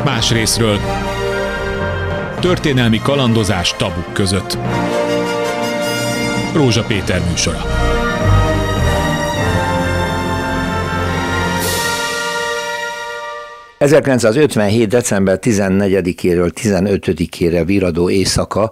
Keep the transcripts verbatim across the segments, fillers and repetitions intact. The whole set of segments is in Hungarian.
más részről. Történelmi kalandozás tabuk között. Rózsa Péter műsora. ezerkilencszázötvenhét. december tizennegyedikéről tizenötödikére viradó éjszaka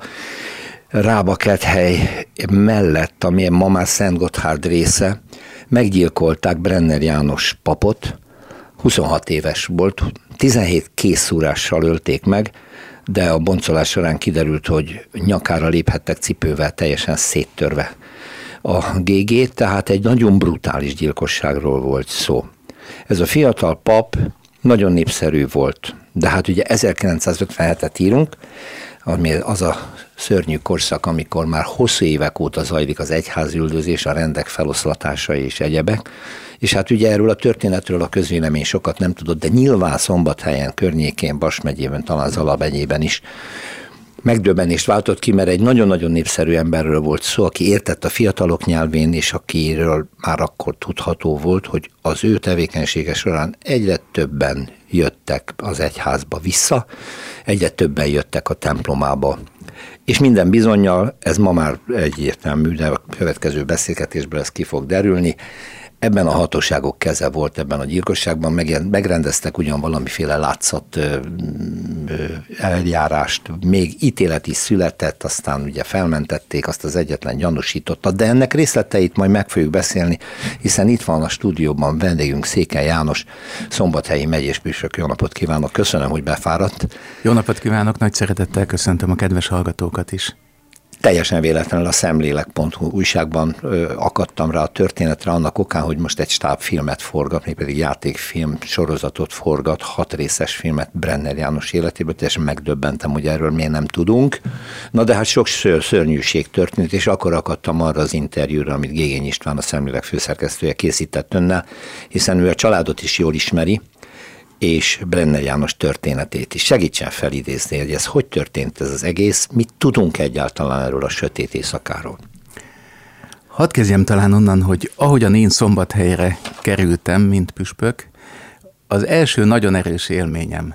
Rába-Kethely mellett, ami ma már Szentgotthárd része, meggyilkolták Brenner János papot, huszonhat éves volt, tizenhét készszúrással ölték meg, de a boncolás során kiderült, hogy nyakára léphettek cipővel, teljesen széttörve a gégét, tehát egy nagyon brutális gyilkosságról volt szó. Ez a fiatal pap nagyon népszerű volt, de hát ugye ezerkilencszázötvenhetet írunk, ami az a szörnyű korszak, amikor már hosszú évek óta zajlik az egyházüldözés, a rendek feloszlatása és egyebek, és hát ugye erről a történetről a közvélemény sokat nem tudott, de nyilván Szombathelyen, környékén, Bas megyében, talán Zala megyében is megdöbbenést váltott ki, mert egy nagyon-nagyon népszerű emberről volt szó, aki értett a fiatalok nyelvén, és akiről már akkor tudható volt, hogy az ő tevékenysége során egyre többen jöttek az egyházba vissza, egyre többen jöttek a templomába. És minden bizonnyal, ez ma már egyértelmű, de a következő beszélgetésből ez ki fog derülni, ebben a hatóságok keze volt ebben a gyilkosságban, megrendeztek ugyan valamiféle látszat eljárást, még ítélet is született, aztán ugye felmentették azt az egyetlen gyanúsítottat, de ennek részleteit majd meg fogjuk beszélni, hiszen itt van a stúdióban vendégünk Székely János, szombathelyi megyés püspök. Jó napot kívánok, köszönöm, hogy befáradt. Jó napot kívánok, nagy szeretettel köszöntöm a kedves hallgatókat is. Teljesen véletlenül a szemlélek pont hu újságban ö, akadtam rá a történetre annak okán, hogy most egy stábfilmet forgat, mégpedig játékfilm sorozatot forgat, hat részes filmet Brenner János életéből, teljesen megdöbbentem, hogy erről miért nem tudunk. Na de hát sok szörnyűség történt, és akkor akadtam arra az interjúra, amit Gégény István, a szemlélek főszerkesztője készített önnel, hiszen ő a családot is jól ismeri, és Brenner János történetét is. Segítsen felidézni, hogy ez hogy történt ez az egész, mit tudunk egyáltalán erről a sötét éjszakáról? Hadd kezdjem talán onnan, hogy ahogyan én Szombathelyre kerültem, mint püspök, az első nagyon erős élményem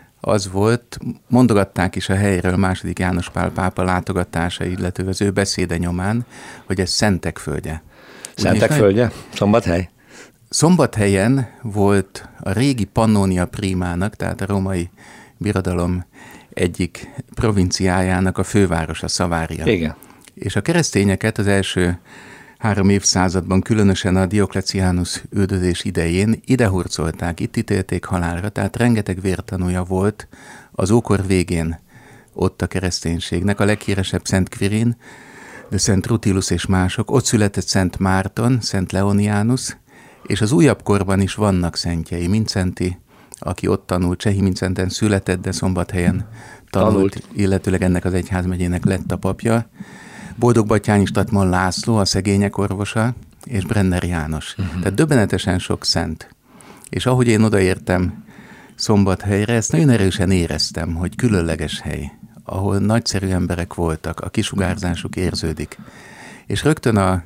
az volt, mondogatták is a helyről második János Pál pápa látogatása, illetve az ő beszéde nyomán, hogy ez Szentek földje. Szentek földje? Szombathely? Szombathelyen volt a régi Pannonia Primának, tehát a római birodalom egyik provinciájának a fővárosa, Szavária. Igen. És a keresztényeket az első három évszázadban, különösen a Dioklecianus üldözés idején idehurcolták, itt ítélték halálra, tehát rengeteg vértanúja volt az ókor végén ott a kereszténységnek. A leghíresebb Szent Quirin, de Szent Rutilus és mások. Ott született Szent Márton, Szent Leonianus, és az újabb korban is vannak szentjei. Mincenti, aki ott tanult, Csehi Mincenten született, de Szombathelyen tanult, tanult, illetőleg ennek az egyházmegyének lett a papja. Boldogbattyányi Statman László, a szegények orvosa, és Brenner János. Uh-huh. Tehát döbbenetesen sok szent. És ahogy én odaértem Szombathelyre, ezt nagyon erősen éreztem, hogy különleges hely, ahol nagyszerű emberek voltak, a kisugárzásuk érződik. És rögtön a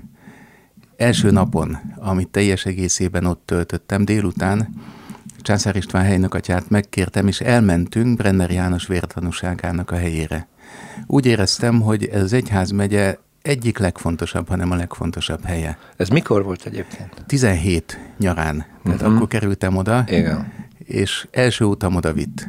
első napon, amit teljes egészében ott töltöttem, délután Császár István helynökatyát megkértem, és elmentünk Brenner János vértanúságának a helyére. Úgy éreztem, hogy ez az egyházmegye egyik legfontosabb, hanem a legfontosabb helye. Ez mikor volt egyébként? tizenhét nyarán. Tehát uh-huh. akkor kerültem oda, igen. És első utam oda vitt.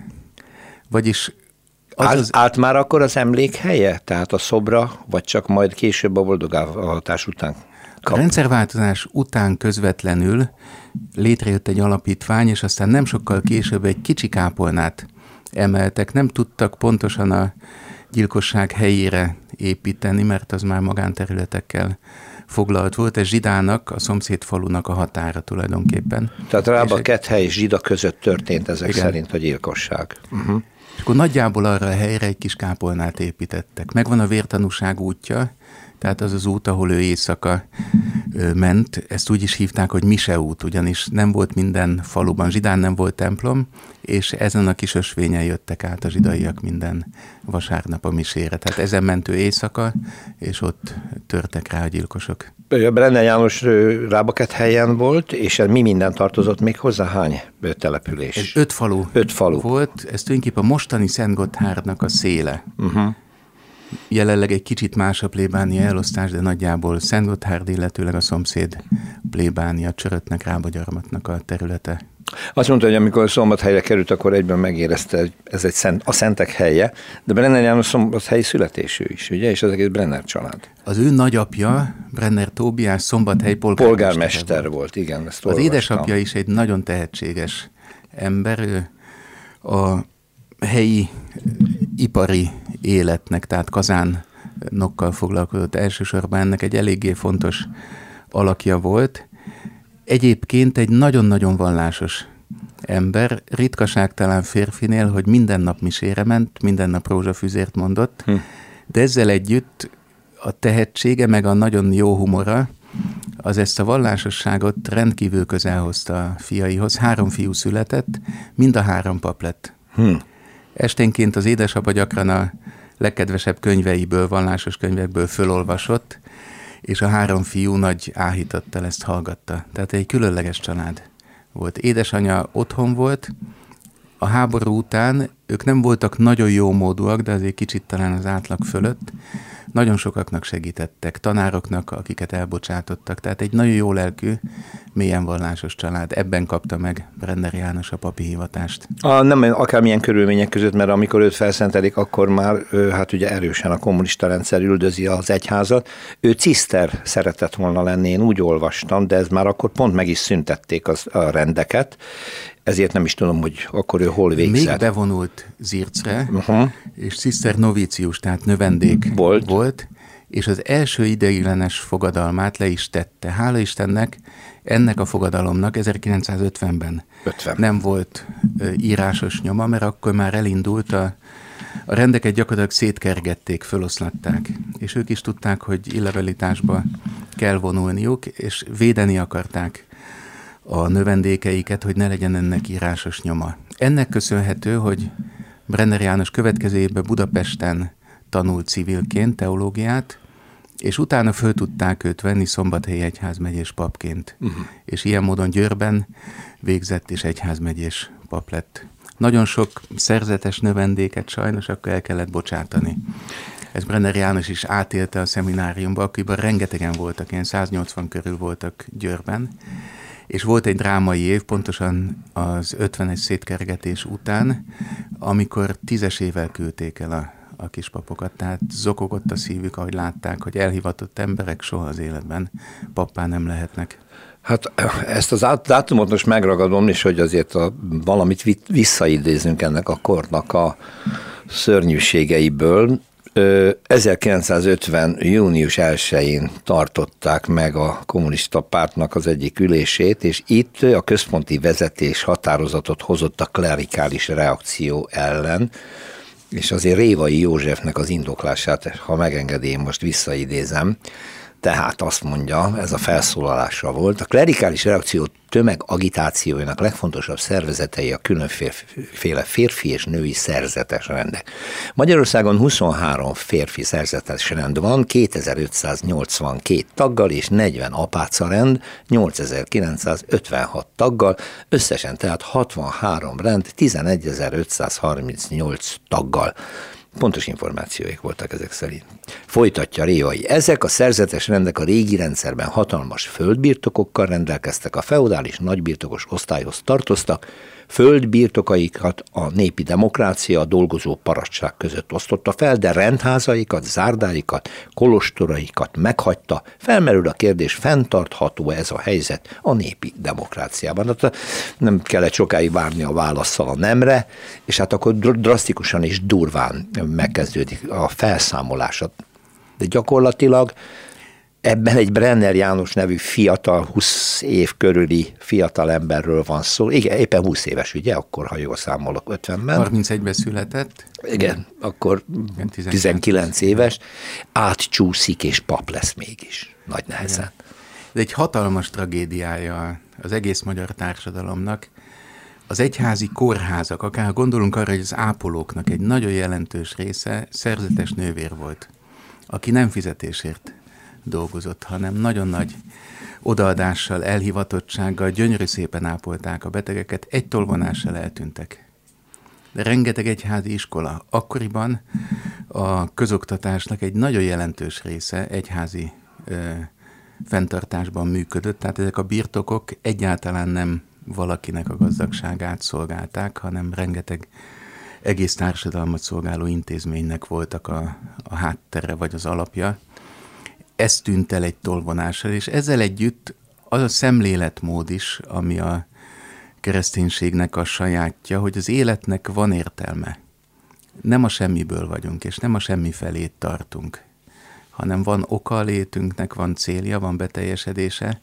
Vagyis az Áll, az... állt már akkor az emlék helye? Tehát a szobra, vagy csak majd később a boldogálhatás után? A rendszerváltozás után közvetlenül létrejött egy alapítvány, és aztán nem sokkal később egy kicsi kápolnát emeltek. Nem tudtak pontosan a gyilkosság helyére építeni, mert az már magánterületekkel foglalt volt. Ez Zsidának, a szomszéd falunak a határa tulajdonképpen. Tehát Rába-Kethely és Zsida között történt ezek igen. szerint a gyilkosság. Uh-huh. És akkor nagyjából arra a helyre egy kis kápolnát építettek. Megvan a vértanúság útja, tehát az az út, ahol ő éjszaka ment, ezt úgy is hívták, hogy Mise út, ugyanis nem volt minden faluban, zsidán nem volt templom, és ezen a kis ösvényen jöttek át a zsidaiak minden vasárnap a misére. Tehát ezen ment ő éjszaka, és ott törtek rá a gyilkosok. Brenner János Rábaket-helyen volt, és mi minden tartozott még hozzá? Hány település? Ez öt falu, öt falu volt, ez tulajdonképpen a mostani Szentgotthárdnak a széle. Uh-huh. Jelenleg egy kicsit más a plébánia elosztás, de nagyjából Szentgotthárd, illetőleg a szomszéd plébánia Csörötnek, Rábagyarmatnak a területe. Azt mondta, hogy amikor Szombathelyre került, akkor egyben megérezte, hogy ez egy szent, a szentek helye, de Brenner János szombathelyi születésű is, ugye? És az egész Brenner család. Az ő nagyapja, Brenner Tóbiás, Szombathely polgármester, polgármester volt. volt. Igen, ezt az olvastam. Édesapja is egy nagyon tehetséges ember, ő a helyi ipari életnek, tehát kazánnokkal foglalkozott elsősorban, ennek egy eléggé fontos alakja volt. Egyébként egy nagyon-nagyon vallásos ember, ritkaságtalan férfinél, hogy minden nap misére ment, minden nap rózsafüzért mondott, hm. de ezzel együtt a tehetsége, meg a nagyon jó humora, az ezt a vallásosságot rendkívül közel hozta a fiaihoz. Három fiú született, mind a három pap lett. Hm. Esténként az édesapa gyakran a legkedvesebb könyveiből, vallásos könyvekből fölolvasott, és a három fiú nagy áhítattal ezt hallgatta. Tehát egy különleges család volt. Édesanyja otthon volt, a háború után ők nem voltak nagyon jó módúak, de azért kicsit talán az átlag fölött. Nagyon sokaknak segítettek, tanároknak, akiket elbocsátottak. Tehát egy nagyon jó lelkű, mélyen vallásos család. Ebben kapta meg Brenner János a papi hivatást. A, nem akármilyen körülmények között, mert amikor őt felszentelik, akkor már ő, hát ugye erősen a kommunista rendszer üldözi az egyházat. Ő ciszter szeretett volna lenni, én úgy olvastam, de ez már akkor pont meg is szüntették az, a rendeket. Ezért nem is tudom, hogy akkor ő hol végzett. Még bevonult Zircre, uh-huh. és ciszter novícius, tehát növendék volt. volt, és az első ideiglenes fogadalmát le is tette. Hála Istennek, ennek a fogadalomnak ezerkilencszázötvenben ötven nem volt ö, írásos nyoma, mert akkor már elindult, a, a rendeket gyakorlatilag szétkergették, föloszlatták, és ők is tudták, hogy illevelitásba kell vonulniuk, és védeni akarták a növendékeiket, hogy ne legyen ennek írásos nyoma. Ennek köszönhető, hogy Brenner János következő évben Budapesten tanult civilként teológiát, és utána föl tudták őt venni Szombathelyi egyházmegyés papként. Uh-huh. És ilyen módon Győrben végzett, és egyházmegyés pap lett. Nagyon sok szerzetes növendéket sajnos akkor el kellett bocsátani. Ez Brenner János is átélte a szemináriumba, akiben rengetegen voltak, ilyen száznyolcvan körül voltak Győrben, és volt egy drámai év, pontosan az ötvenes szétkergetés után, amikor tízesével küldték el a, a kispapokat, tehát zokogott a szívük, ahogy látták, hogy elhivatott emberek soha az életben pappá nem lehetnek. Hát ezt az dátumot most megragadom, és hogy azért a, valamit visszaidézünk ennek a kornak a szörnyűségeiből. ezerkilencszázötven. június elsején tartották meg a kommunista pártnak az egyik ülését, és itt a központi vezetés határozatot hozott a klerikális reakció ellen, és azért Révai Józsefnek az indoklását, ha megengedi, én most visszaidézem, tehát azt mondja, ez a felszólalása volt, a klerikális reakció tömegagitációjának legfontosabb szervezetei a különféle férfi és női szerzetes rendek. Magyarországon huszonhárom férfi szerzetes rend van, kétezer-ötszáznyolcvankét taggal és negyven apáca rend, nyolcezer-kilencszázötvenhat taggal, összesen tehát hatvanhárom rend, tizenegyezer-ötszázharmincnyolc taggal. Pontos információik voltak ezek szerint. Folytatja Révai. Ezek a szerzetes rendek a régi rendszerben hatalmas földbirtokokkal rendelkeztek, a feudális nagybirtokos osztályhoz tartoztak, földbirtokaikat a népi demokrácia, a dolgozó parasztság között osztotta fel, de rendházaikat, zárdáikat, kolostoraikat meghagyta. Felmerül a kérdés, fenntartható ez a helyzet a népi demokráciában. Hát nem kellett sokáig várni a válasszal a nemre, és hát akkor drasztikusan és durván megkezdődik a felszámolása. De gyakorlatilag ebben egy Brenner János nevű fiatal, húsz év körüli fiatal emberről van szó. Igen, éppen húsz éves, ugye? Akkor, ha jól számolok, ötvenben. harmincegyben született. Igen, akkor tizenkilenc éves. Átcsúszik, és pap lesz mégis. Nagy nehezen. Ez egy hatalmas tragédiája az egész magyar társadalomnak. Az egyházi kórházak, akár gondolunk arra, hogy az ápolóknak egy nagyon jelentős része szerzetes nővér volt, aki nem fizetésért dolgozott, hanem nagyon nagy odaadással, elhivatottsággal, gyönyörű szépen ápolták a betegeket, egy tolvonással eltűntek. De rengeteg egyházi iskola. Akkoriban a közoktatásnak egy nagyon jelentős része egyházi ö, fenntartásban működött, tehát ezek a birtokok egyáltalán nem valakinek a gazdagságát szolgálták, hanem rengeteg egész társadalmat szolgáló intézménynek voltak a, a háttere vagy az alapja. Ez tűnt el egy tolvonással, és ezzel együtt az a szemléletmód is, ami a kereszténységnek a sajátja, hogy az életnek van értelme. Nem a semmiből vagyunk, és nem a semmi felé tartunk, hanem van oka a létünknek, van célja, van beteljesedése.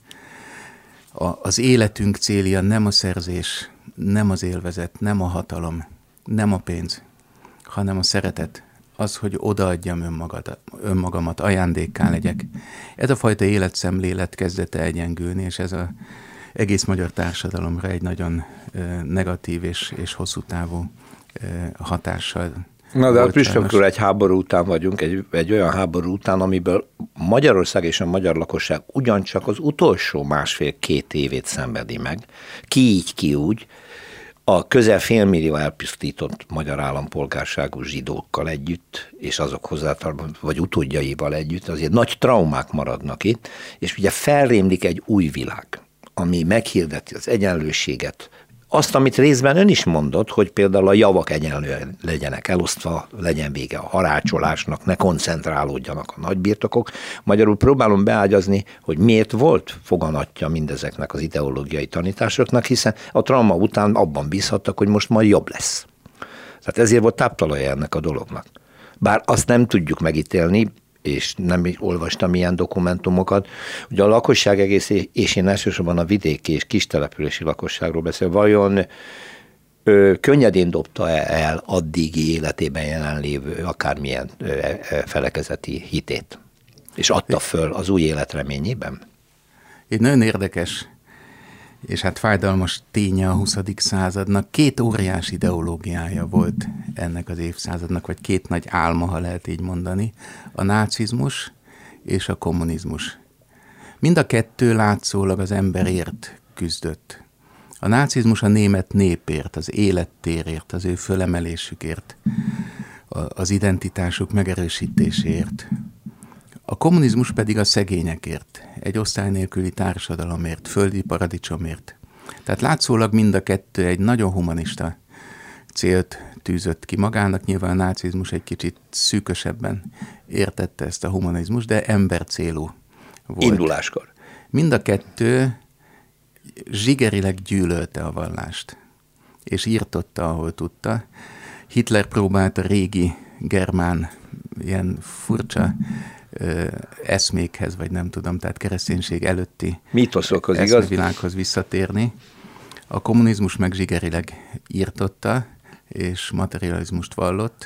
A, az életünk célja nem a szerzés, nem az élvezet, nem a hatalom, nem a pénz, hanem a szeretet. Az, hogy odaadjam önmagad, önmagamat, ajándékká legyek. Ez a fajta életszemlélet kezdete egyengülni, és ez az egész magyar társadalomra egy nagyon uh, negatív és, és hosszú távú uh, hatással. Na de a püspökről egy háború után vagyunk, egy, egy olyan háború után, amiből Magyarország és a magyar lakosság ugyancsak az utolsó másfél-két évét szenvedi meg. Ki így, ki úgy. A közel félmillió elpusztított magyar állampolgárságú zsidókkal együtt, és azok hozzátartozó, vagy utódjaival együtt, azért nagy traumák maradnak itt, és ugye felrémlik egy új világ, ami meghirdeti az egyenlőséget. Azt, amit részben ön is mondott, hogy például a javak egyenlően legyenek elosztva, legyen vége a harácsolásnak, ne koncentrálódjanak a nagybirtokok. Magyarul próbálom beágyazni, hogy miért volt foganatja mindezeknek az ideológiai tanításoknak, hiszen a trauma után abban bízhattak, hogy most majd jobb lesz. Tehát ezért volt táptalaja ennek a dolognak. Bár azt nem tudjuk megítélni, és nem olvastam ilyen dokumentumokat, hogy a lakosság egész, és én elsősorban a vidéki és kistelepülési lakosságról beszél, vajon ö, könnyedén dobta el addigi életében jelenlévő akármilyen ö, felekezeti hitét, és adta föl az új élet reményében? Egy nagyon érdekes, és hát fájdalmas ténye a huszadik századnak. Két óriás ideológiája volt ennek az évszázadnak, vagy két nagy álma, ha lehet így mondani, a nácizmus és a kommunizmus. Mind a kettő látszólag az emberért küzdött. A nácizmus a német népért, az élettérért, az ő fölemelésükért, az identitásuk megerősítéséért. A kommunizmus pedig a szegényekért, egy osztály nélküli társadalomért, földi paradicsomért. Tehát látszólag mind a kettő egy nagyon humanista célt tűzött ki magának. Nyilván a nácizmus egy kicsit szűkösebben értette ezt a humanizmus, de embercélú volt. Induláskor. Mind a kettő zsigerileg gyűlölte a vallást, és írtotta, ahol tudta. Hitler próbált a régi germán, ilyen furcsa ö, eszmékhez, vagy nem tudom, tehát kereszténység előtti mítoszokhoz, eszmevilághoz visszatérni. A kommunizmus meg zsigerileg írtotta, és materializmust vallott.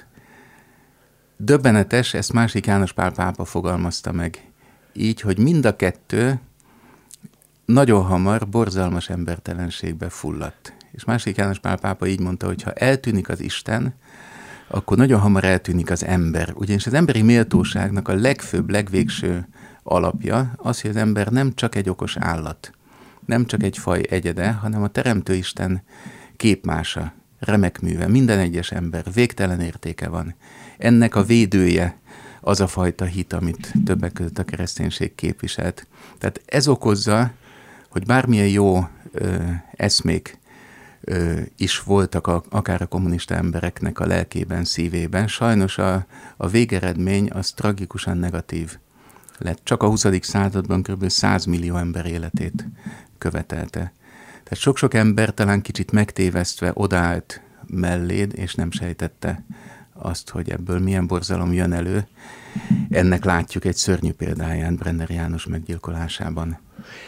Döbbenetes, ezt másik János Pál pápa fogalmazta meg így, hogy mind a kettő nagyon hamar borzalmas embertelenségbe fulladt. És másik János Pál pápa így mondta, hogy ha eltűnik az Isten, akkor nagyon hamar eltűnik az ember. Ugyanis az emberi méltóságnak a legfőbb, legvégső alapja az, hogy az ember nem csak egy okos állat, nem csak egy faj egyede, hanem a Teremtő Isten képmása, remek műve. Minden egyes ember végtelen értéke van. Ennek a védője az a fajta hit, amit többek között a kereszténység képviselt. Tehát ez okozza, hogy bármilyen jó ö, eszmék ö, is voltak a, akár a kommunista embereknek a lelkében, szívében, sajnos a, a végeredmény az tragikusan negatív lett. Csak a huszadik században kb. száz millió ember életét követelte. Tehát sok-sok ember talán kicsit megtévesztve odaállt melléd, és nem sejtette azt, hogy ebből milyen borzalom jön elő. Ennek látjuk egy szörnyű példáján Brenner János meggyilkolásában.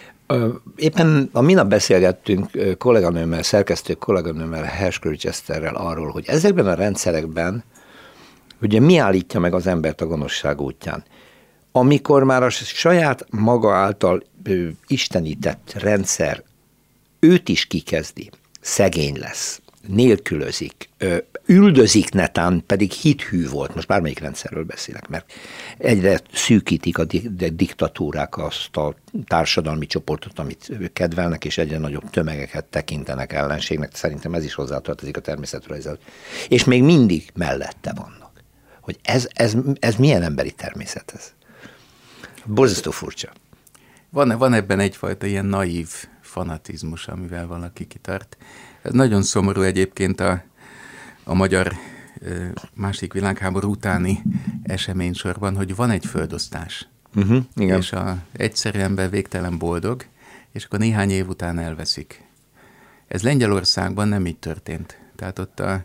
Éppen a minap beszélgettünk kolléganőmmel, szerkesztő kolléganőmmel, Hershkovich Eszterrel arról, hogy ezekben a rendszerekben ugye mi állítja meg az embert a gonoszság útján? amikor már a saját maga által ö, istenített rendszer őt is kikezdi, szegény lesz, nélkülözik, ö, üldözik netán, pedig hithű volt, most bármelyik rendszerről beszélek, mert egyre szűkítik a di- diktatúrák azt a társadalmi csoportot, amit kedvelnek, és egyre nagyobb tömegeket tekintenek ellenségnek. Szerintem ez is hozzátartozik a természetrajzhoz. És még mindig mellette vannak. Hogy ez, ez, ez milyen emberi természet ez? Borzasztó furcsa. Van, van ebben egyfajta ilyen naív fanatizmus, amivel valaki kitart. Ez nagyon szomorú egyébként a, a magyar második világháború utáni eseménysorban, hogy van egy földosztás. Uh-huh, igen. És a egyszerű ember végtelen boldog, és akkor néhány év után elveszik. Ez Lengyelországban nem így történt. Tehát ott a,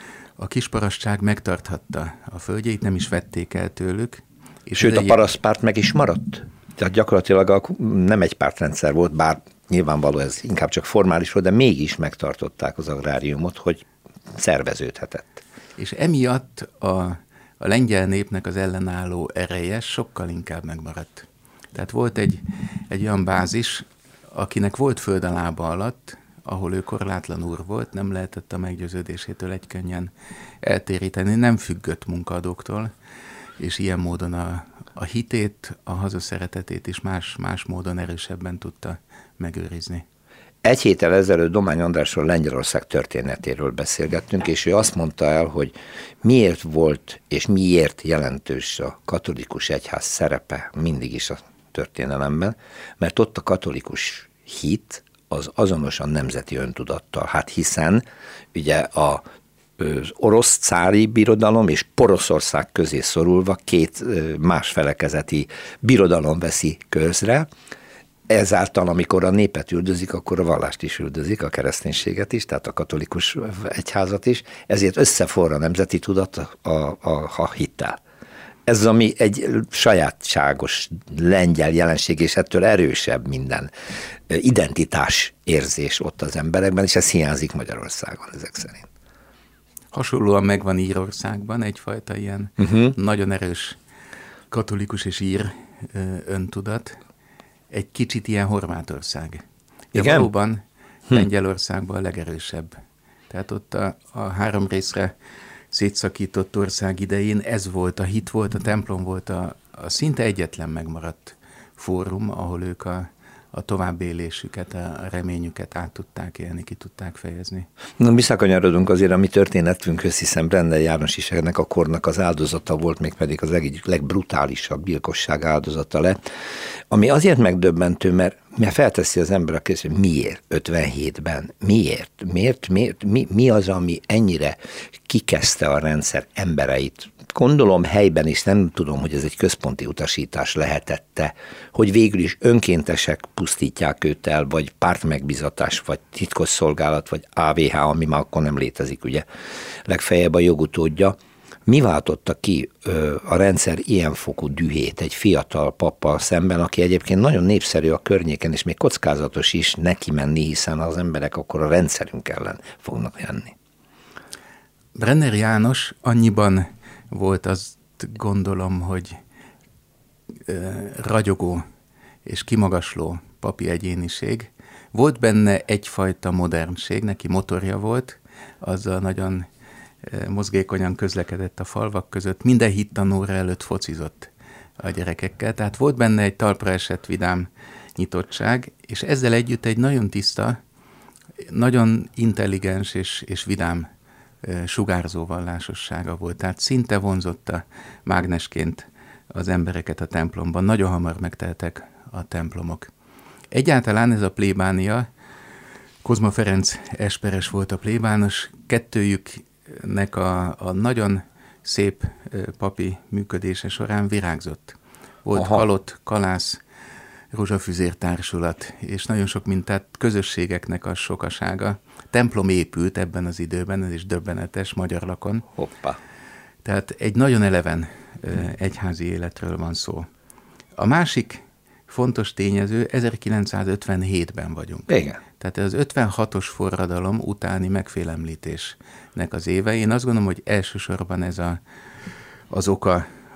a kisparasztság megtarthatta a földjeit, nem is vették el tőlük. És Sőt, a parasztpárt meg is maradt. Tehát gyakorlatilag a, nem egy pártrendszer volt, bár nyilvánvaló ez inkább csak formális volt, de mégis megtartották az agráriumot, hogy szerveződhetett. És emiatt a, a lengyel népnek az ellenálló ereje sokkal inkább megmaradt. Tehát volt egy, egy olyan bázis, akinek volt föld a lába alatt, ahol ő korlátlan úr volt, nem lehetett a meggyőződésétől egykönnyen eltéríteni, nem függött munkaadóktól, és ilyen módon a, a hitét, a hazaszeretetét is más, más módon erősebben tudta megőrizni. Egy héttel ezelőtt Domány Andrásról, Lengyelország történetéről beszélgettünk, és ő azt mondta el, hogy miért volt és miért jelentős a katolikus egyház szerepe mindig is a történelemben, mert ott a katolikus hit az azonosan nemzeti öntudattal. Hát hiszen ugye a az orosz cári birodalom és Poroszország közé szorulva két más felekezeti birodalom veszi közre. Ezáltal, amikor a népet üldözik, akkor a vallást is üldözik, a kereszténységet is, tehát a katolikus egyházat is, ezért összeforr a nemzeti tudat a, a, a, a hittel. Ez ami egy sajátságos lengyel jelenség, és ettől erősebb minden identitás érzés ott az emberekben, és ez hiányzik Magyarországon ezek szerint. Hasonlóan megvan Írországban egyfajta ilyen uh-huh. nagyon erős katolikus és ír öntudat, egy kicsit ilyen Horvátország. De igen? valóban hm. Lengyelországban a legerősebb. Tehát ott a, a három részre szétszakított ország idején ez volt, a hit volt, a templom volt a, a szinte egyetlen megmaradt fórum, ahol ők a, a továbbélésüket, a reményüket át tudták élni, ki tudták fejezni. Na, visszakanyarodunk azért a mi történetünkhöz, hiszen Brendel János is ennek a kornak az áldozata volt, mégpedig az egyik legbrutálisabb gyilkosság áldozata lett, ami azért megdöbbentő, mert, mert felteszi az ember a kérdést, hogy miért ötvenhétben, miért, miért, miért mi, mi az, ami ennyire kikezdte a rendszer embereit. Gondolom helyben is, nem tudom, hogy ez egy központi utasítás lehetette, hogy végül is önkéntesek pusztítják őt el, vagy pártmegbizatás, vagy titkosszolgálat, vagy á vé há, ami már akkor nem létezik, ugye, legfeljebb a jogutódja. Mi váltotta ki ö, a rendszer ilyen fokú dühét egy fiatal pappal szemben, aki egyébként nagyon népszerű a környéken, és még kockázatos is neki menni, hiszen az emberek akkor a rendszerünk ellen fognak jönni. Brenner János annyiban volt, azt gondolom, hogy ö, ragyogó és kimagasló papi egyéniség. Volt benne egyfajta modernség, neki motorja volt, azzal nagyon ö, mozgékonyan közlekedett a falvak között, minden hittanóra előtt focizott a gyerekekkel, tehát volt benne egy talpra esett vidám nyitottság, és ezzel együtt egy nagyon tiszta, nagyon intelligens és, és vidám sugárzó vallásossága volt, tehát szinte vonzotta mágnesként az embereket a templomban. Nagyon hamar megteltek a templomok. Egyáltalán ez a plébánia, Kozma Ferenc esperes volt a plébános, kettőjüknek a, a nagyon szép papi működése során virágzott. Volt Aha. halott, kalász, rózsafüzér társulat, és nagyon sok mintát közösségeknek a sokasága. Templom épült ebben az időben, ez is döbbenetes, Magyarlakon. Hoppá. Tehát egy nagyon eleven egyházi életről van szó. A másik fontos tényező, ezerkilencszázötvenhétben vagyunk. Igen. Tehát az ötvenhatos forradalom utáni megfélemlítésnek az éve. Én azt gondolom, hogy elsősorban ez a, az oka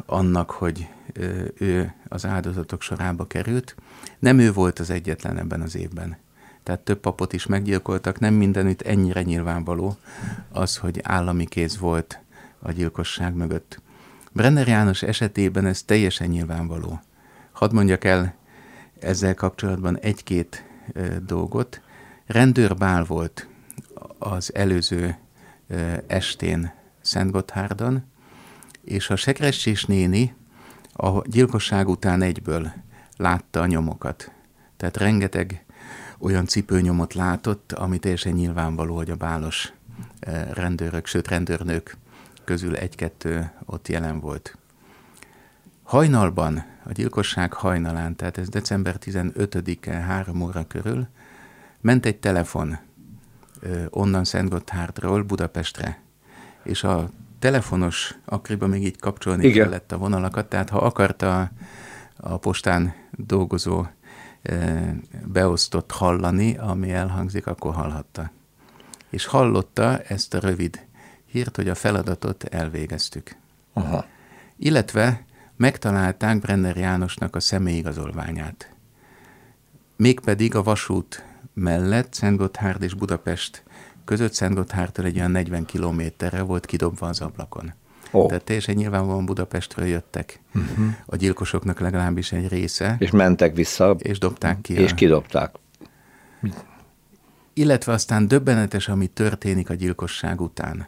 annak, hogy ő az áldozatok sorába került. Nem ő volt az egyetlen ebben az évben. Tehát több papot is meggyilkoltak, nem mindenütt ennyire nyilvánvaló az, hogy állami kéz volt a gyilkosság mögött. Brenner János esetében ez teljesen nyilvánvaló. Hadd mondjak el ezzel kapcsolatban egy-két e, dolgot. Rendőrbál volt az előző e, estén Szentgotthárdon, és a Sekrestys néni a gyilkosság után egyből látta a nyomokat. Tehát rengeteg olyan cipőnyomot látott, ami teljesen nyilvánvaló, hogy a bálos rendőrök, sőt rendőrnők közül egy-kettő ott jelen volt. Hajnalban, a gyilkosság hajnalán, tehát ez december tizenötödike, három óra körül, ment egy telefon onnan Szentgotthárdról Budapestre, és a telefonos akkoriban még így kapcsolni Igen. kellett a vonalakat, tehát ha akarta a postán dolgozó e, beosztott hallani, ami elhangzik, akkor hallhatta. És hallotta ezt a rövid hírt, hogy a feladatot elvégeztük. Aha. Illetve megtalálták Brenner Jánosnak a személyigazolványát. Mégpedig a vasút mellett Szentgotthárd és Budapest között Szentgotthárdtól egy olyan negyven kilométerre volt kidobva az ablakon. Oh. Tehát teljesen nyilvánvalóan Budapestről jöttek. Uh-huh. A gyilkosoknak legalábbis egy része. És mentek vissza. És dobták ki. És a... kidobták. Illetve aztán döbbenetes, ami történik a gyilkosság után.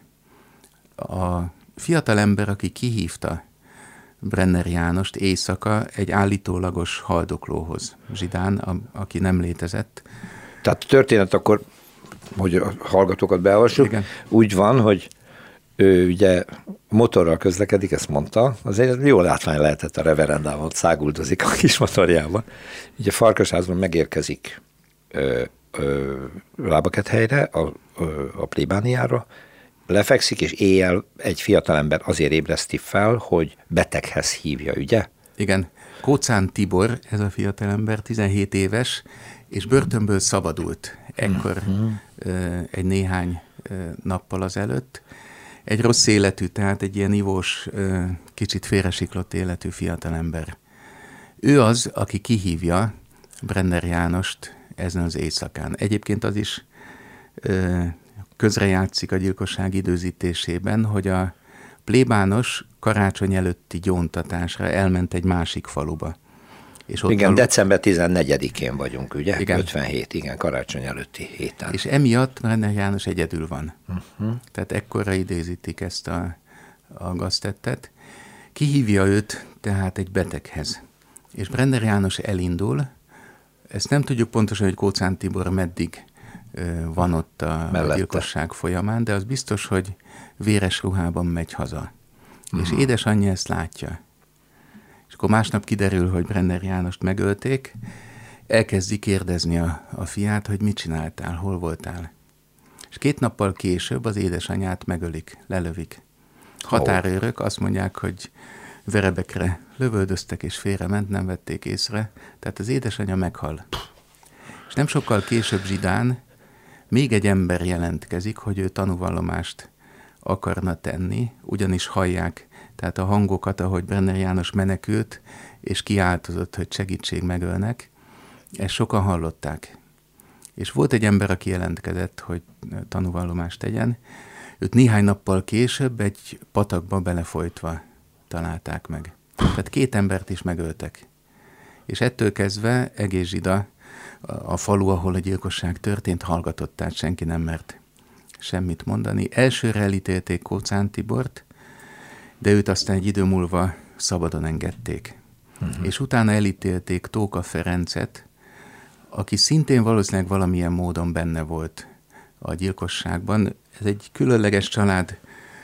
A fiatalember, aki kihívta Brenner Jánost éjszaka egy állítólagos haldoklóhoz. Zsidán, a, aki nem létezett. Tehát a történet akkor, hogy a hallgatókat beolvassuk, Igen. úgy van, hogy ő ugye motorral közlekedik, ezt mondta, azért jó látvány lehetett a reverendával, ott száguldozik a kis motorjában. Ugye Farkasházban megérkezik ö, ö, Lábakethelyre, a, ö, a plébániára, lefekszik, és éjjel egy fiatalember azért ébreszti fel, hogy beteghez hívja, ugye? Igen. Kóczán Tibor, ez a fiatalember, tizenhét éves, és börtönből szabadult ekkor uh-huh. ö, egy néhány ö, nappal azelőtt. Egy rossz életű, tehát egy ilyen ivós, ö, kicsit félresiklott életű fiatalember. Ő az, aki kihívja Brenner Jánost ezen az éjszakán. Egyébként az is ö, közrejátszik a gyilkosság időzítésében, hogy a plébános karácsony előtti gyóntatásra elment egy másik faluba. És ott igen, való... december tizennegyedikén vagyunk, ugye? Igen. ötvenhét, igen, karácsony előtti héten. És emiatt Brenner János egyedül van. Uh-huh. Tehát ekkorra idézítik ezt a, a gaztettet. Kihívja őt tehát egy beteghez. És Brenner János elindul. Ezt nem tudjuk pontosan, hogy Kóczán Tibor meddig ö, van ott a, a gyilkosság folyamán, de az biztos, hogy véres ruhában megy haza. Uh-huh. És édesanyja ezt látja. És akkor másnap kiderül, hogy Brenner Jánost megölték, elkezdi kérdezni a, a fiát, hogy mit csináltál, hol voltál. És két nappal később az édesanyját megölik, lelövik. Határőrök azt mondják, hogy verebekre lövöldöztek és félrement, nem vették észre, tehát az édesanyja meghal. És nem sokkal később Zsidán még egy ember jelentkezik, hogy ő tanúvallomást akarna tenni, ugyanis hallják tehát a hangokat, ahogy Brenner János menekült, és kiáltozott, hogy segítség, megölnek. Ezt sokan hallották. És volt egy ember, aki jelentkezett, hogy tanúvallomást tegyen. Őt néhány nappal később egy patakba belefolytva találták meg. Tehát két embert is megöltek. És ettől kezdve egész Zsida, a falu, ahol a gyilkosság történt, hallgatott, tehát senki nem mert semmit mondani. Elsőre elítélték Kóczán Tibort, de őt aztán egy idő múlva szabadon engedték. Uh-huh. És utána elítélték Tóka Ferencet, aki szintén valószínűleg valamilyen módon benne volt a gyilkosságban. Ez egy különleges család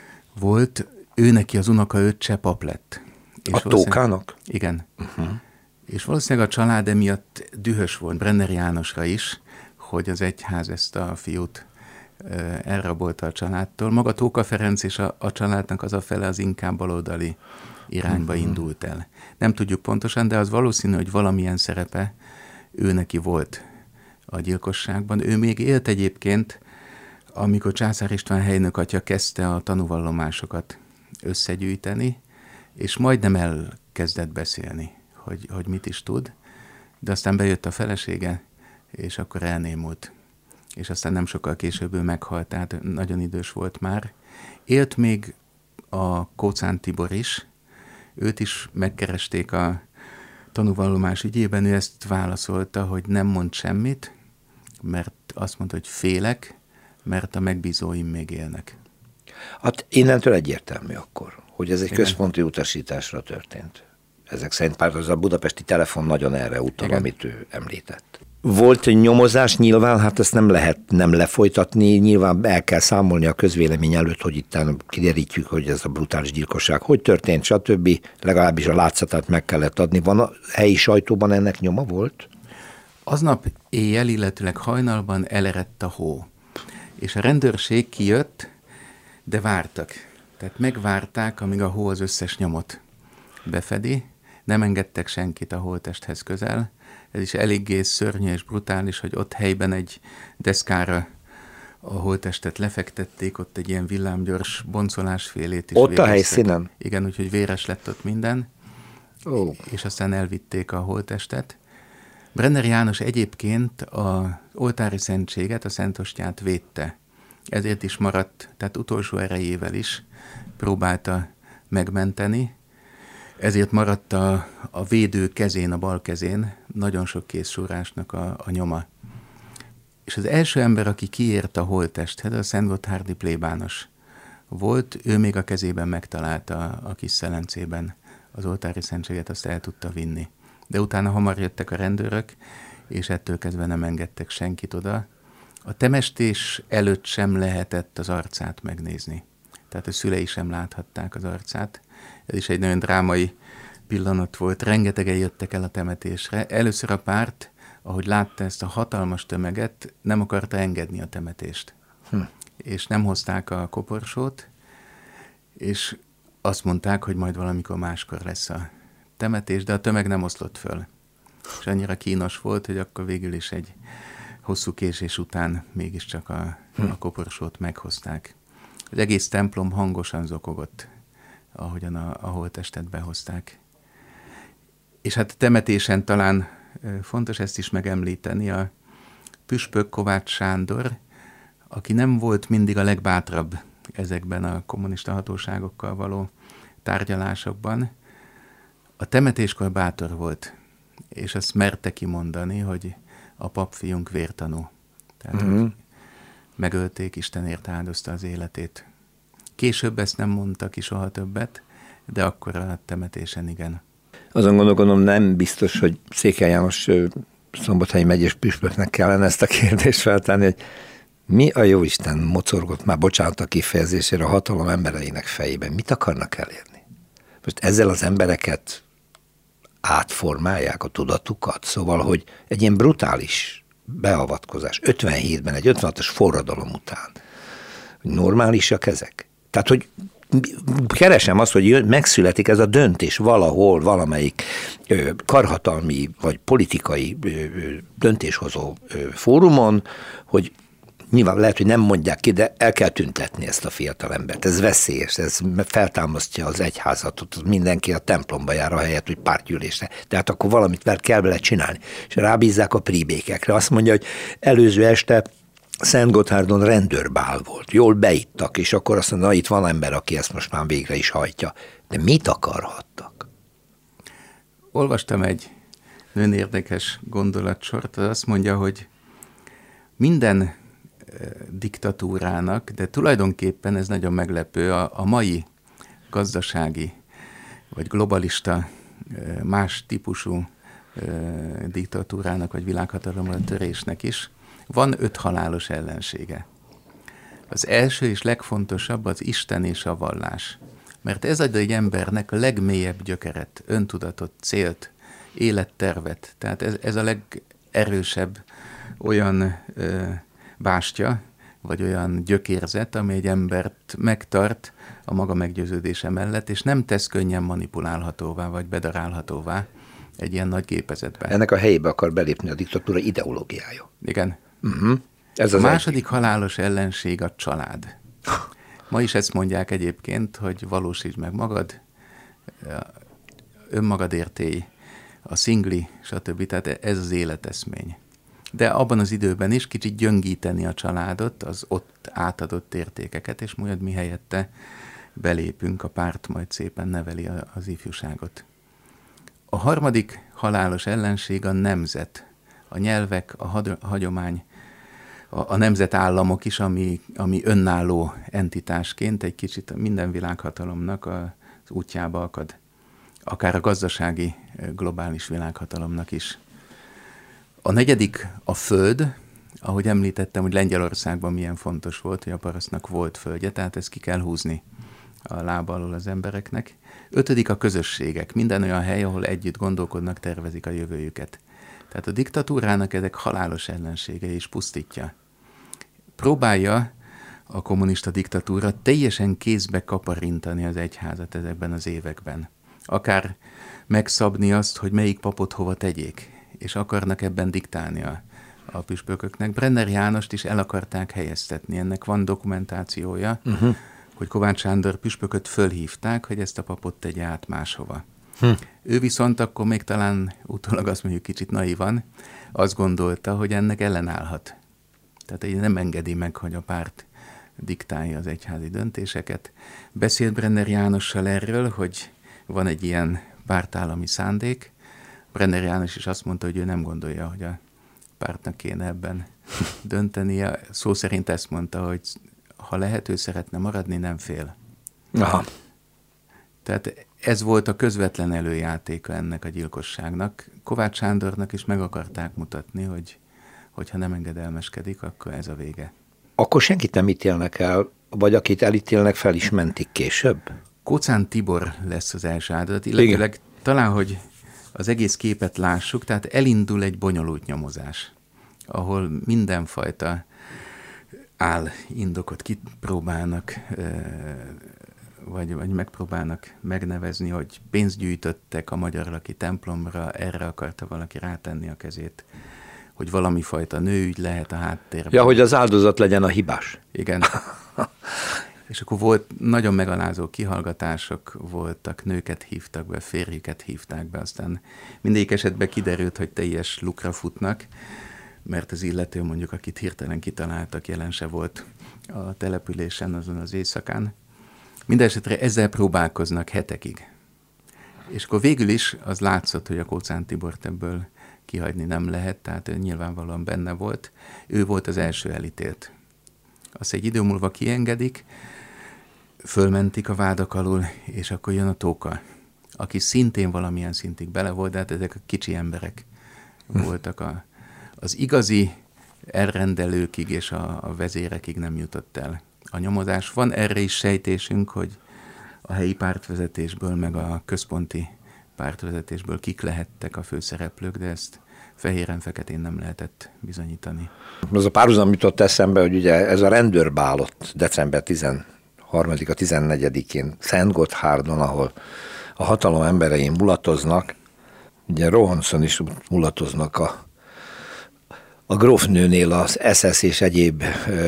volt, ő neki az unokaöccse pap lett. És a Tókának? Igen. Uh-huh. És valószínűleg a család emiatt dühös volt Brenner Jánosra is, hogy az egyház ezt a fiút elrabolta a családtól. Maga Tóka Ferenc és a, a családnak az a fele az inkább baloldali irányba uh-huh. indult el. Nem tudjuk pontosan, de az valószínű, hogy valamilyen szerepe ő neki volt a gyilkosságban. Ő még élt egyébként, amikor Császár István helynök atya kezdte a tanúvallomásokat összegyűjteni, és majdnem elkezdett beszélni, hogy, hogy mit is tud, de aztán bejött a felesége, és akkor elnémult. És aztán nem sokkal később ő meghalt, tehát nagyon idős volt már. Élt még a Kóczán Tibor is, őt is megkeresték a tanúvallomás ügyében, ő ezt válaszolta, hogy nem mond semmit, mert azt mondta, hogy félek, mert a megbízóim még élnek. Hát innentől egyértelmű akkor, hogy ez egy Igen. központi utasításra történt. Ezek szerint pár az a budapesti telefon nagyon erre utal, Igen. amit ő említett. Volt nyomozás, nyilván, hát ezt nem lehet nem lefolytatni, nyilván el kell számolni a közvélemény előtt, hogy itt kiderítjük, hogy ez a brutális gyilkosság hogy történt, stb. Legalábbis a látszatát meg kellett adni. Van a helyi sajtóban ennek nyoma volt? Aznap éjjel, illetőleg hajnalban elerett a hó, és a rendőrség kijött, de vártak. Tehát megvárták, amíg a hó az összes nyomot befedi, nem engedtek senkit a holttesthez közel. Ez is eléggé szörnyű és brutális, hogy ott helyben egy deszkára a holttestet lefektették, ott egy ilyen villámgyors boncolásfélét is Ott végeztek. a helyszínen? Igen, úgyhogy véres lett ott minden, Ó. és aztán elvitték a holttestet. Brenner János egyébként az oltári szentséget, a Szentostyát védte. Ezért is maradt, tehát utolsó erejével is próbálta megmenteni. Ezért maradt a, a védő kezén, a bal kezén nagyon sok készsúrásnak a, a nyoma. És az első ember, aki kiért a holttesthez, a szentgotthárdi plébános volt, ő még a kezében megtalálta a, a kis szelencében az oltári szentséget, azt el tudta vinni. De utána hamar jöttek a rendőrök, és ettől kezdve nem engedtek senkit oda. A temestés előtt sem lehetett az arcát megnézni. Tehát a szülei sem láthatták az arcát. Ez is egy nagyon drámai pillanat volt. Rengetegen jöttek el a temetésre. Először a párt, ahogy látta ezt a hatalmas tömeget, nem akarta engedni a temetést. Hm. És nem hozták a koporsót, és azt mondták, hogy majd valamikor máskor lesz a temetés, de a tömeg nem oszlott föl. És annyira kínos volt, hogy akkor végül is egy hosszú késés után mégiscsak a, hm. a koporsót meghozták. Az egész templom hangosan zokogott, ahogyan a, a holttestet behozták. És hát a temetésen talán fontos ezt is megemlíteni, a püspök Kovács Sándor, aki nem volt mindig a legbátrabb ezekben a kommunista hatóságokkal való tárgyalásokban, a temetéskor bátor volt, és azt merte kimondani, hogy a papfiunk vértanú. Tehát uh-huh. megölték, Istenért áldozta az életét. Később ezt nem mondta ki soha többet, de akkor a temetésen igen. Azon gondolkodom, nem biztos, hogy Székely János Szombathelyi megyés püspöknek kellene ezt a kérdést feltenni, hogy mi a jóisten mocorgott már, bocsánat a kifejezésére, a hatalom embereinek fejében. Mit akarnak elérni? Most ezzel az embereket átformálják a tudatukat, szóval, hogy egy ilyen brutális beavatkozás ötvenhétben, egy ötvenhatos forradalom után, hogy normálisak ezek? Tehát, hogy keresem azt, hogy megszületik ez a döntés valahol, valamelyik karhatalmi vagy politikai döntéshozó fórumon, hogy nyilván lehet, hogy nem mondják ki, de el kell tüntetni ezt a fiatalembert. Ez veszélyes, ez feltámasztja az egyházat, mindenki a templomba jár a helyet, hogy pártgyűlésre. Tehát akkor valamit kell vele csinálni. És rábízzák a príbékekre. Azt mondja, hogy előző este Szentgotthárdon rendőrbál volt. Jól beittak, és akkor azt mondja, na itt van ember, aki ezt most már végre is hajtja. De mit akarhattak? Olvastam egy nagyon érdekes gondolatsort, az azt mondja, hogy minden diktatúrának, de tulajdonképpen ez nagyon meglepő, a, a mai gazdasági vagy globalista más típusú diktatúrának vagy világhatalomra törésnek is van öt halálos ellensége. Az első és legfontosabb az Isten és a vallás. Mert ez ad egy embernek a legmélyebb gyökeret, öntudatot, célt, élettervet. Tehát ez, ez a legerősebb olyan ö, bástya, vagy olyan gyökérzet, ami egy embert megtart a maga meggyőződése mellett, és nem tesz könnyen manipulálhatóvá, vagy bedarálhatóvá egy ilyen nagy gépezetben. Ennek a helyébe akar belépni a diktatúra ideológiája. Igen. Uh-huh. Ez az a második egyik halálos ellenség a család. Ma is ezt mondják egyébként, hogy valósítsd meg magad, önmagadért élj, a szingli, stb. Tehát ez az életeszmény. De abban az időben is kicsit gyöngíteni a családot, az ott átadott értékeket, és majd mi helyette belépünk, a párt majd szépen neveli az ifjúságot. A harmadik halálos ellenség a nemzet, a nyelvek, a hagyomány, a, a nemzetállamok is, ami, ami önálló entitásként egy kicsit minden világhatalomnak az útjába akad. Akár a gazdasági globális világhatalomnak is. A negyedik a föld, ahogy említettem, hogy Lengyelországban milyen fontos volt, hogy a parasztnak volt földje, tehát ezt ki kell húzni a lába alól az embereknek. Ötödik a közösségek, minden olyan hely, ahol együtt gondolkodnak, tervezik a jövőjüket. Tehát a diktatúrának ezek halálos ellensége és pusztítja. Próbálja a kommunista diktatúra teljesen kézbe kaparintani az egyházat ezekben az években. Akár megszabni azt, hogy melyik papot hova tegyék, és akarnak ebben diktálni a, a püspököknek. Brenner Jánost is el akarták helyeztetni, ennek van dokumentációja, uh-huh. hogy Kovács Sándor püspököt fölhívták, hogy ezt a papot tegye át máshova. Hm. Ő viszont akkor még talán utólag azt mondjuk kicsit naivan, azt gondolta, hogy ennek ellenállhat. Tehát így nem engedi meg, hogy a párt diktálja az egyházi döntéseket. Beszélt Brenner Jánossal erről, hogy van egy ilyen pártállami szándék. Brenner János is azt mondta, hogy ő nem gondolja, hogy a pártnak kéne ebben döntenie. Szó szerint ezt mondta, hogy ha lehet, ő szeretne maradni, nem fél. Aha. Tehát ez volt a közvetlen előjátéka ennek a gyilkosságnak. Kovács Sándornak is meg akarták mutatni, hogy hogyha nem engedelmeskedik, akkor ez a vége. Akkor senkit nem ítélnek el, vagy akit elítélnek, fel is mentik később? Kóczán Tibor lesz az első áldozat, illetőleg igen. Talán, hogy az egész képet lássuk, tehát elindul egy bonyolult nyomozás, ahol mindenfajta áll indokot kipróbálnak, vagy, vagy megpróbálnak megnevezni, hogy pénzt gyűjtöttek a Magyar Laki templomra, erre akarta valaki rátenni a kezét, hogy valami fajta nőügy lehet a háttérben. Ja, hogy az áldozat legyen a hibás. Igen. És akkor volt nagyon megalázó kihallgatások voltak, nőket hívtak be, férjüket hívták be, aztán mindegyik esetben kiderült, hogy teljes lukra futnak, mert az illető mondjuk, akit hirtelen kitaláltak, jelen se volt a településen azon az éjszakán. Mindenesetre ezzel próbálkoznak hetekig. És akkor végül is az látszott, hogy a Kóczán Tibort ebből kihagyni nem lehet, tehát ő nyilvánvalóan benne volt. Ő volt az első elítélt. Azt egy idő múlva kiengedik, fölmentik a vádak alul, és akkor jön a Tóka, aki szintén valamilyen szintig bele volt, de hát ezek a kicsi emberek voltak. A, az igazi elrendelőkig és a, a vezérekig nem jutott el a nyomozás. Van erre is sejtésünk, hogy a helyi pártvezetésből, meg a központi pártvezetésből kik lehettek a főszereplők, de ezt fehéren-feketén nem lehetett bizonyítani. Az a párhuzam jutott eszembe, hogy ugye ez a rendőrbál ott december tizenharmadika tizennegyedikén Szentgotthárdon, ahol a hatalom emberei mulatoznak, ugye Rohanson is mulatoznak a A grófnőnél az es es és egyéb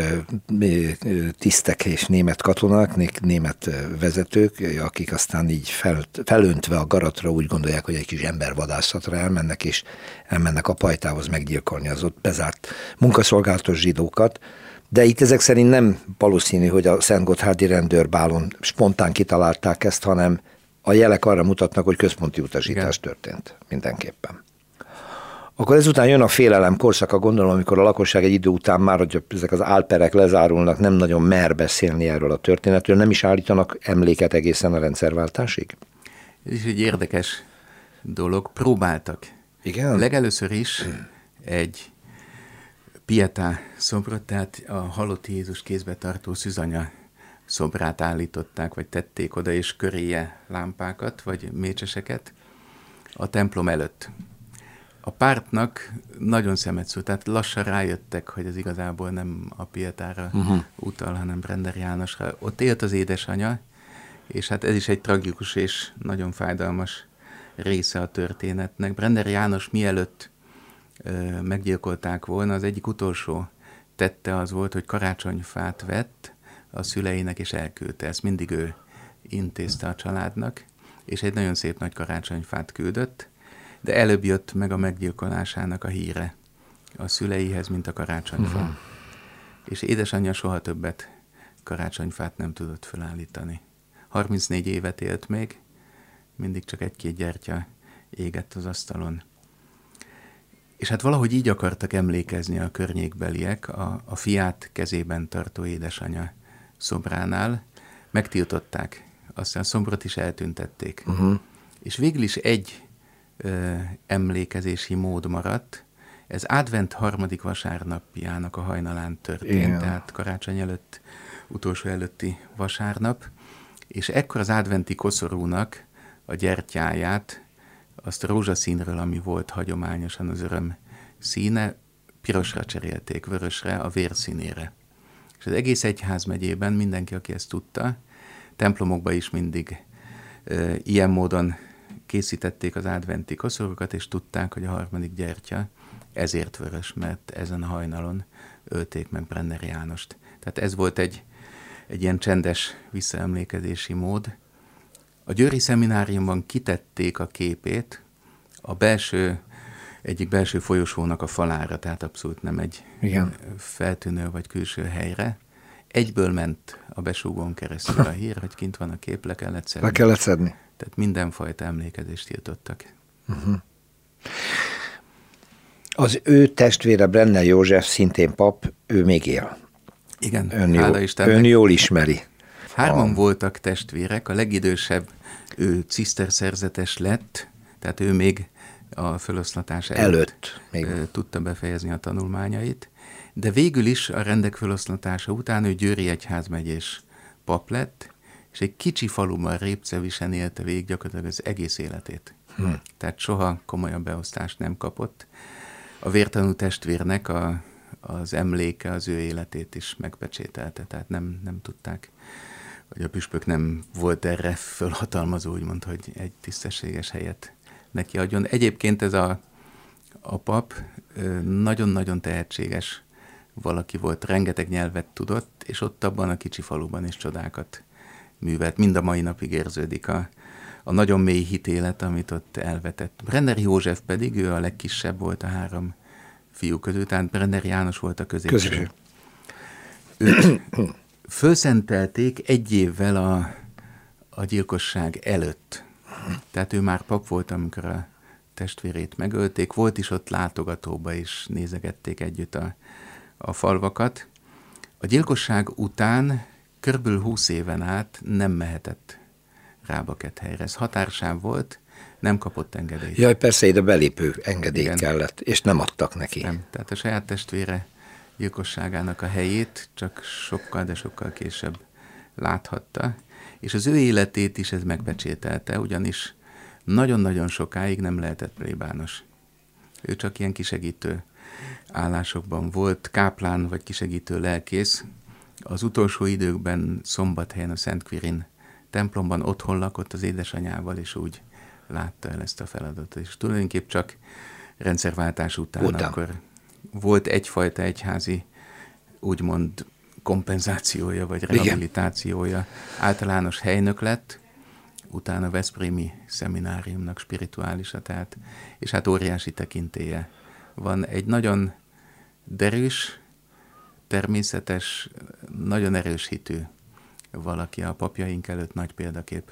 tisztek és német katonák, német vezetők, akik aztán így fel, felöntve a garatra úgy gondolják, hogy egy kis embervadászatra elmennek, és elmennek a pajtához meggyilkolni az ott bezárt munkaszolgálatos zsidókat. De itt ezek szerint nem valószínű, hogy a szentgotthárdi rendőrbálon spontán kitalálták ezt, hanem a jelek arra mutatnak, hogy központi utasítás igen. történt mindenképpen. Akkor ezután jön a félelem korszaka, gondolom, amikor a lakosság egy idő után már, hogy ezek az álperek lezárulnak, nem nagyon mer beszélni erről a történetről, nem is állítanak emléket egészen a rendszerváltásig? Ez is egy érdekes dolog. Próbáltak. Igen? Legelőször is egy pietá szobrot, tehát a halott Jézus kézbe tartó szűzanya szobrát állították, vagy tették oda, és köréje lámpákat, vagy mécseseket a templom előtt. A pártnak nagyon szemet szúrt, tehát lassan rájöttek, hogy ez igazából nem a pietára uh-huh. utal, hanem Brenner Jánosra. Ott élt az édesanyja, és hát ez is egy tragikus és nagyon fájdalmas része a történetnek. Brenner János mielőtt ö, meggyilkolták volna, az egyik utolsó tette az volt, hogy karácsonyfát vett a szüleinek és elküldte. Ezt mindig ő intézte a családnak. és egy nagyon szép nagy karácsonyfát küldött, de előbb jött meg a meggyilkolásának a híre a szüleihez, mint a karácsonyfa. Uh-huh. És édesanyja soha többet karácsonyfát nem tudott felállítani. harmincnégy évet élt még, mindig csak egy-két gyertya égett az asztalon. És hát valahogy így akartak emlékezni a környékbeliek a, a fiát kezében tartó édesanyja szobránál. Megtiltották, aztán a szobrot is eltüntették. Uh-huh. És végül is egy ö, emlékezési mód maradt. Ez advent harmadik vasárnapjának a hajnalán történt, igen. Tehát karácsony előtt, utolsó előtti vasárnap, és ekkor az adventi koszorúnak a gyertyáját, azt rózsaszínről, ami volt hagyományosan az öröm színe, pirosra cserélték, vörösre, a vérszínére. És az egész egyházmegyében mindenki, aki ezt tudta, templomokban is mindig e, ilyen módon készítették az adventi koszorúkat, és tudták, hogy a harmadik gyertya ezért vörös, mert ezen a hajnalon ölték meg Brenner Jánost. Tehát ez volt egy, egy ilyen csendes visszaemlékezési mód. A győri szemináriumban kitették a képét a belső, egyik belső folyosónak a falára, tehát abszolút nem egy igen. feltűnő vagy külső helyre. Egyből ment a besúgón keresztül a hír, hogy kint van a kép, le kellett szedni. Le kellett szedni. Tehát mindenfajta emlékezést tiltottak. Uh-huh. Az ő testvére Brenner József, szintén pap, ő még él. Igen, ön, jó, ön jól ismeri. Hárman a... voltak testvérek, a legidősebb ő ciszterszerzetes lett, tehát ő még a feloszlatás előtt, előtt még. tudta befejezni a tanulmányait, de végül is a rendek feloszlatása után ő győri egyházmegyés pap lett, és egy kicsi faluban, Répcevisen élte végig gyakorlatilag az egész életét. Hm. Tehát soha komolyabb beosztást nem kapott. A vértanú testvérnek a, az emléke az ő életét is megpecsételte, tehát nem, nem tudták, vagy a püspök nem volt erre fölhatalmazó, úgymond, hogy egy tisztességes helyet neki adjon. Egyébként ez a, a pap nagyon-nagyon tehetséges valaki volt, rengeteg nyelvet tudott, és ott abban a kicsi faluban is csodákat művelt. Mind a mai napig érződik a, a nagyon mély hitélet, amit ott elvetett. Brenner József pedig, ő a legkisebb volt a három fiú közül, tehát Brenner János volt a középső. Középső. Őt fölszentelték egy évvel a, a gyilkosság előtt. Tehát ő már pap volt, amikor a testvérét megölték. Volt is ott látogatóba, és nézegették együtt a, a falvakat. A gyilkosság után körülbelül húsz éven át nem mehetett Rábakethelyre. Ez határsáv volt, nem kapott engedélyt. Jaj, persze, ide belépő engedély igen. kellett, és nem adtak neki. Nem, tehát a saját testvére gyilkosságának a helyét csak sokkal, de sokkal később láthatta, és az ő életét is ez megpecsételte, ugyanis nagyon-nagyon sokáig nem lehetett plébános. Ő csak ilyen kisegítő állásokban volt, káplán vagy kisegítő lelkész. Az utolsó időkben Szombathelyen a Szent Quirin templomban otthon lakott az édesanyával, és úgy látta el ezt a feladatot. És tulajdonképp csak rendszerváltás után, után. akkor volt egyfajta egyházi, úgymond kompenzációja, vagy rehabilitációja. Igen. Általános helynök lett, utána Veszprémi szemináriumnak spirituálisa, tehát, és hát óriási tekintélye van. Egy nagyon derűs, természetes, nagyon erős hitű valaki, a papjaink előtt nagy példakép.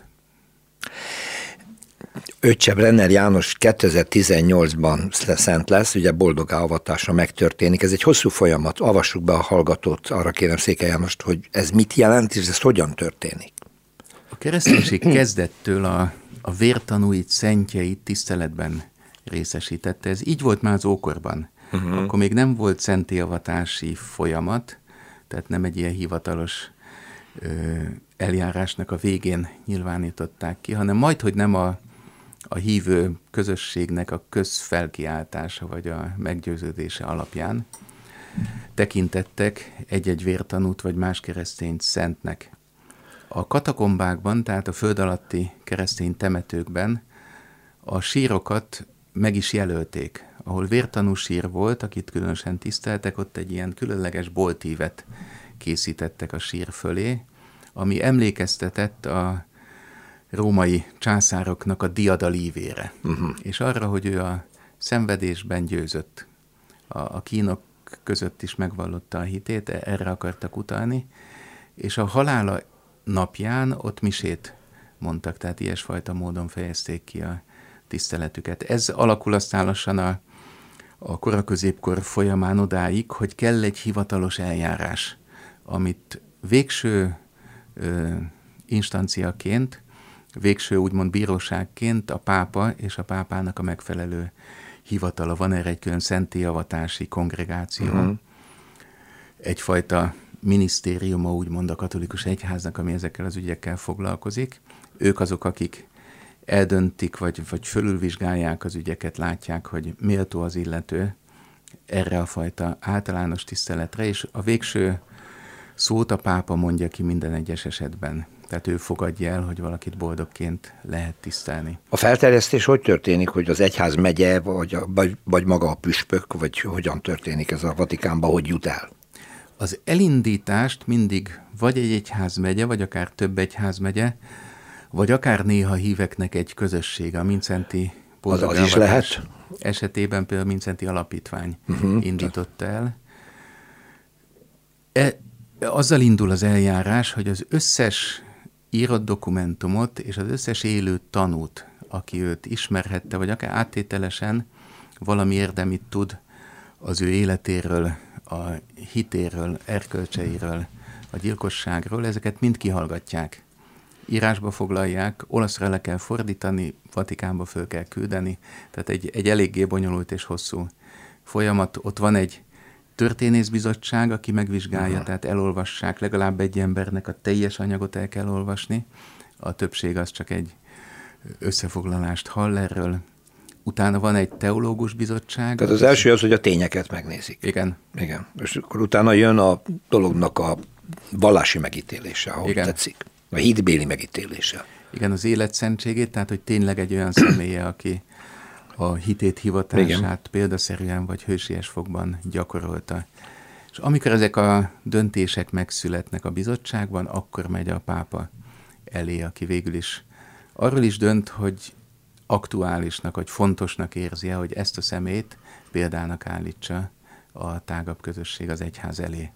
Öccse Brenner János kétezer-tizennyolcban szent lesz, ugye boldog avatása megtörténik. Ez egy hosszú folyamat, avassuk be a hallgatót, arra kérem Székely Jánost, hogy ez mit jelent, és ez hogyan történik? A kereszténység kezdettől a, a vértanúit, szentjeit tiszteletben részesítette. Ez így volt már az ókorban. Uh-huh. Akkor még nem volt szentélyavatási folyamat, tehát nem egy ilyen hivatalos ö, eljárásnak a végén nyilvánították ki, hanem majd, hogy nem a, a hívő közösségnek a közfelkiáltása vagy a meggyőződése alapján tekintettek egy-egy vértanút vagy más keresztényt szentnek. A katakombákban, tehát a föld alatti keresztény temetőkben a sírokat meg is jelölték. Ahol vértanú sír volt, akit különösen tiszteltek, ott egy ilyen különleges boltívet készítettek a sír fölé, ami emlékeztetett a római császároknak a diadalívére. Uh-huh. És arra, hogy ő a szenvedésben győzött. A, a kínok között is megvallotta a hitét, erre akartak utalni, és a halála napján ott misét mondtak, tehát ilyesfajta módon fejezték ki a tiszteletüket. Ez alakul aztán lassan a, a koraközépkor folyamán odáig, hogy kell egy hivatalos eljárás, amit végső ö, instanciaként, végső úgymond bíróságként a pápa és a pápának a megfelelő hivatala. Van erre egy külön szentélyavatási kongregáció, uh-huh. egyfajta minisztériuma úgymond a katolikus egyháznak, ami ezekkel az ügyekkel foglalkozik. Ők azok, akik eldöntik, vagy, vagy fölülvizsgálják az ügyeket, látják, hogy méltó az illető erre a fajta általános tiszteletre, és a végső szót a pápa mondja ki minden egyes esetben. Tehát ő fogadja el, hogy valakit boldogként lehet tisztelni. A felterjesztés hogy történik, hogy az egyház megye, vagy, vagy, vagy maga a püspök, vagy hogyan történik ez a Vatikánban, hogy jut el? Az elindítást mindig vagy egy egyházmegye, vagy akár több egyházmegye, vagy akár néha híveknek egy közössége, a Mincenti boldog az is lehet? Esetében például a Mincenti Alapítvány uh-huh. indította el. E, azzal indul az eljárás, hogy az összes írott dokumentumot és az összes élő tanút, aki őt ismerhette, vagy akár áttételesen valami érdemit tud az ő életéről, a hitéről, erkölcseiről, a gyilkosságról, ezeket mind kihallgatják. Írásba foglalják, olaszra le kell fordítani, Vatikánba föl kell küldeni, tehát egy, egy eléggé bonyolult és hosszú folyamat. Ott van egy történészbizottság, aki megvizsgálja, uh-huh. tehát elolvassák, legalább egy embernek a teljes anyagot el kell olvasni, a többség az csak egy összefoglalást hall erről. Utána van egy teológus bizottság. Tehát az első az, hogy a tényeket megnézik. Igen. Igen. És akkor utána jön a dolognak a vallási megítélése, ahogy Igen. tetszik. A hitbéli megítélése. Igen, az életszentségét, tehát hogy tényleg egy olyan személye, aki a hitét, hivatását Igen. példaszerűen vagy hősies fogban gyakorolta. És amikor ezek a döntések megszületnek a bizottságban, akkor megy a pápa elé, aki végül is arról is dönt, hogy aktuálisnak, vagy fontosnak érzi, hogy ezt a szemét példának állítsa a tágabb közösség az egyház elé.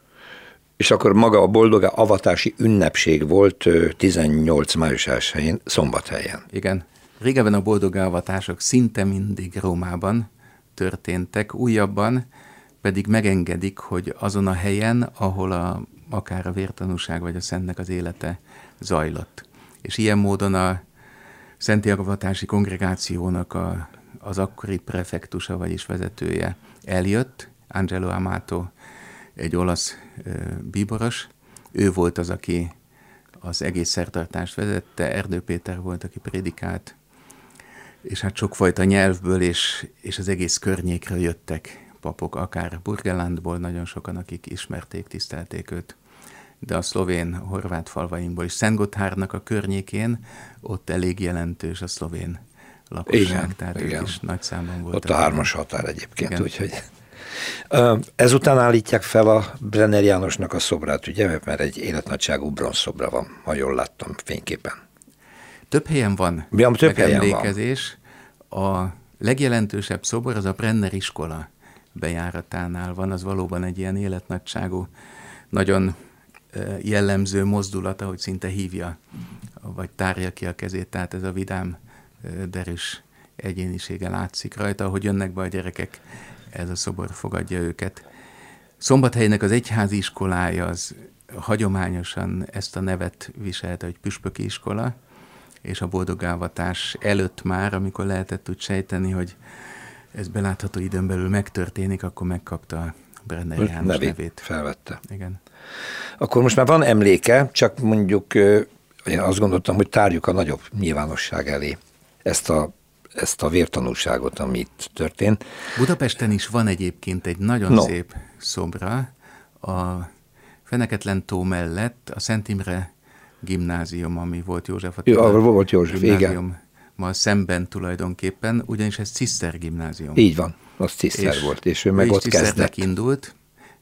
És akkor maga a boldog avatási ünnepség volt tizennyolc május elsején, Szombathelyen. Igen. Régebben a boldog avatások szinte mindig Rómában történtek, újabban pedig megengedik, hogy azon a helyen, ahol a, akár a vértanúság vagy a szentnek az élete zajlott. És ilyen módon a Szentélyavatási Kongregációnak a, az akkori prefektusa, vagyis vezetője eljött, Angelo Amato, egy olasz ö, bíboros. Ő volt az, aki az egész szertartást vezette, Erdő Péter volt, aki prédikált, és hát sokfajta nyelvből és, és az egész környékről jöttek papok, akár Burgenlandból, nagyon sokan, akik ismerték, tisztelték őt, de a szlovén, a horvát falvaimból is. Szentgotthárnak a környékén ott elég jelentős a szlovén lakosság, igen, tehát igen. ők is nagy számban voltak. Ott a hármas határ egyébként, igen. úgyhogy... Ezután állítják fel a Brenner Jánosnak a szobrát, ugye, mert egy életnagyságú bronzszobra van, ha jól láttam fényképen. Több helyen van ja, több megemlékezés. A legjelentősebb szobor az a Brenner iskola bejáratánál van, az valóban egy ilyen életnagyságú, nagyon jellemző mozdulat, ahogy szinte hívja, vagy tárja ki a kezét, tehát ez a vidám, derűs egyénisége látszik rajta, ahogy jönnek be a gyerekek, ez a szobor fogadja őket. Szombathelynek az egyházi iskolája az hagyományosan ezt a nevet viselte, hogy püspöki iskola, és a boldogávatás előtt már, amikor lehetett úgy sejteni, hogy ez belátható időn belül megtörténik, akkor megkapta a Brenner János nevét. nevét. Felvette. Igen. Akkor most már van emléke, csak mondjuk én azt gondoltam, hogy tárjuk a nagyobb nyilvánosság elé ezt a, ezt a vértanúságot, ami itt történt. Budapesten is van egyébként egy nagyon no. szép szobra, a Feneketlen tó mellett a Szent Imre gimnázium, ami volt József Attila Jó, volt József, gimnázium, ma szemben tulajdonképpen, ugyanis ez Ciszter gimnázium. Így van, az Ciszter volt, és ő meg ő ott kezdett. indult,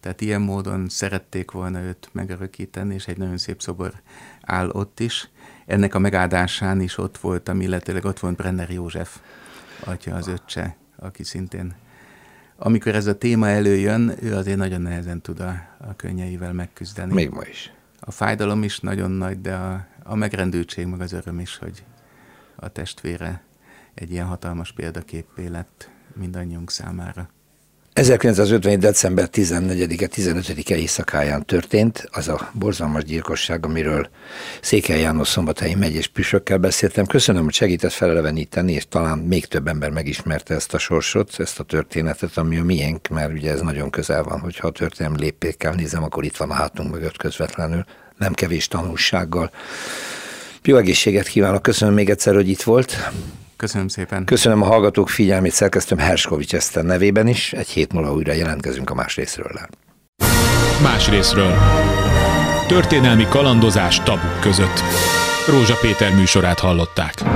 Tehát ilyen módon szerették volna őt megörökíteni, és egy nagyon szép szobor áll ott is. Ennek a megáldásán is ott voltam, illetőleg ott volt Brenner József, atya, az öccse, aki szintén, amikor ez a téma előjön, ő azért nagyon nehezen tud a, a könnyeivel megküzdeni. Még ma is. A fájdalom is nagyon nagy, de a, a megrendültség, meg az öröm is, hogy a testvére egy ilyen hatalmas példaképpé lett mindannyiunk számára. ezerkilencszázötven. december tizennegyedike, tizenötödike éjszakáján történt az a borzalmas gyilkosság, amiről Székely János szombathelyi megyés püspökkel beszéltem. Köszönöm, hogy segített feleleveníteni, és talán még több ember megismerte ezt a sorsot, ezt a történetet, ami a miénk, mert ugye ez nagyon közel van, hogyha a történelmi léptékkel nézem, akkor itt van a hátunk mögött közvetlenül, nem kevés tanulsággal. Jó egészséget kívánok, köszönöm még egyszer, hogy itt volt. Köszönöm szépen. Köszönöm a hallgatók figyelmét, szerkesztőm Herskovics Eszter nevében is. Egy hét múlva újra jelentkezünk a más részről. Más részről. Történelmi kalandozás tabuk között. Rózsa Péter műsorát hallották.